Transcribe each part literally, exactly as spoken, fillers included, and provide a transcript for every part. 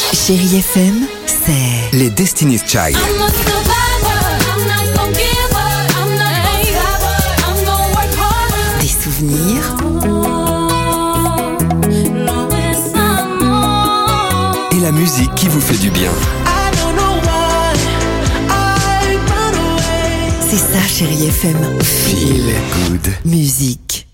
Chérie F M, c'est les Destiny's Child. des souvenirs Et la musique qui vous fait du bien. C'est ça, Chérie F M. Feel good. Musique.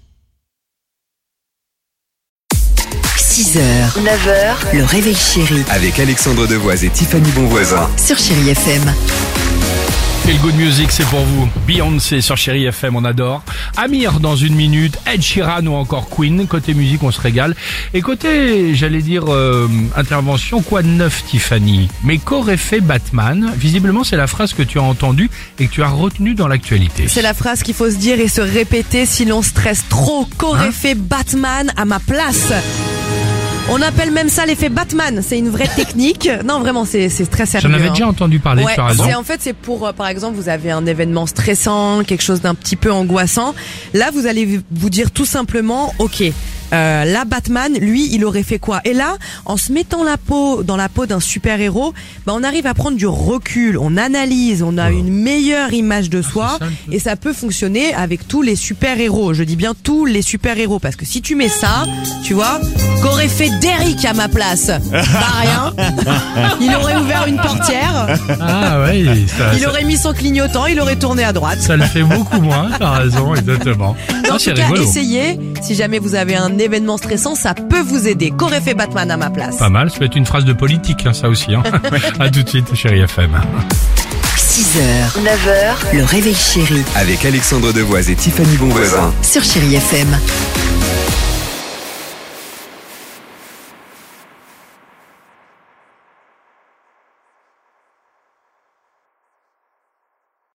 six heures, neuf heures, le réveil chéri Avec Alexandre Devoise et Tiffany Bonvoisin. sur Chérie F M. Feel Good Music, c'est pour vous. Beyoncé sur Chérie F M, on adore. Amir dans une minute, Ed Sheeran ou encore Queen. Côté musique, on se régale. Et côté, j'allais dire, euh, intervention, quoi de neuf, Tiffany? Mais qu'aurait fait Batman? Visiblement, c'est la phrase que tu as entendue et que tu as retenue dans l'actualité. C'est la phrase qu'il faut se dire et se répéter si l'on stresse trop. Qu'aurait Hein fait Batman à ma place? On appelle même ça l'effet Batman. C'est une vraie technique. Non, vraiment, c'est c'est très sérieux. J'en avais hein. déjà entendu parler, Ouais, tu as raison. c'est en fait c'est pour euh, par exemple vous avez un événement stressant, quelque chose d'un petit peu angoissant. Là vous allez vous dire tout simplement ok. Euh, là Batman lui il aurait fait quoi? Et là en se mettant la peau dans la peau d'un super-héros, bah on arrive à prendre du recul, on analyse, on a une meilleure image de soi c'est ça, un peu. et ça peut fonctionner avec tous les super-héros. Je dis bien tous les super-héros parce que si tu mets ça, tu vois, qu'aurait fait Derrick à ma place? Bah rien. Il aurait ouvert une portière. Ah ouais, ça, Il ça, aurait mis son clignotant, il aurait tourné à droite. ça le fait beaucoup moins, t'as raison, exactement. En Ah, c'est tout cas, rigolo. essayez. Si jamais vous avez un événement stressant, ça peut vous aider. Qu'aurait fait Batman à ma place? Pas mal, ça peut être une phrase de politique, hein, ça aussi. Hein. À tout de suite, Chérie F M. six heures, neuf heures, le réveil chéri Avec Alexandre Devoise et Tiffany Bonvoisin. sur Chérie F M.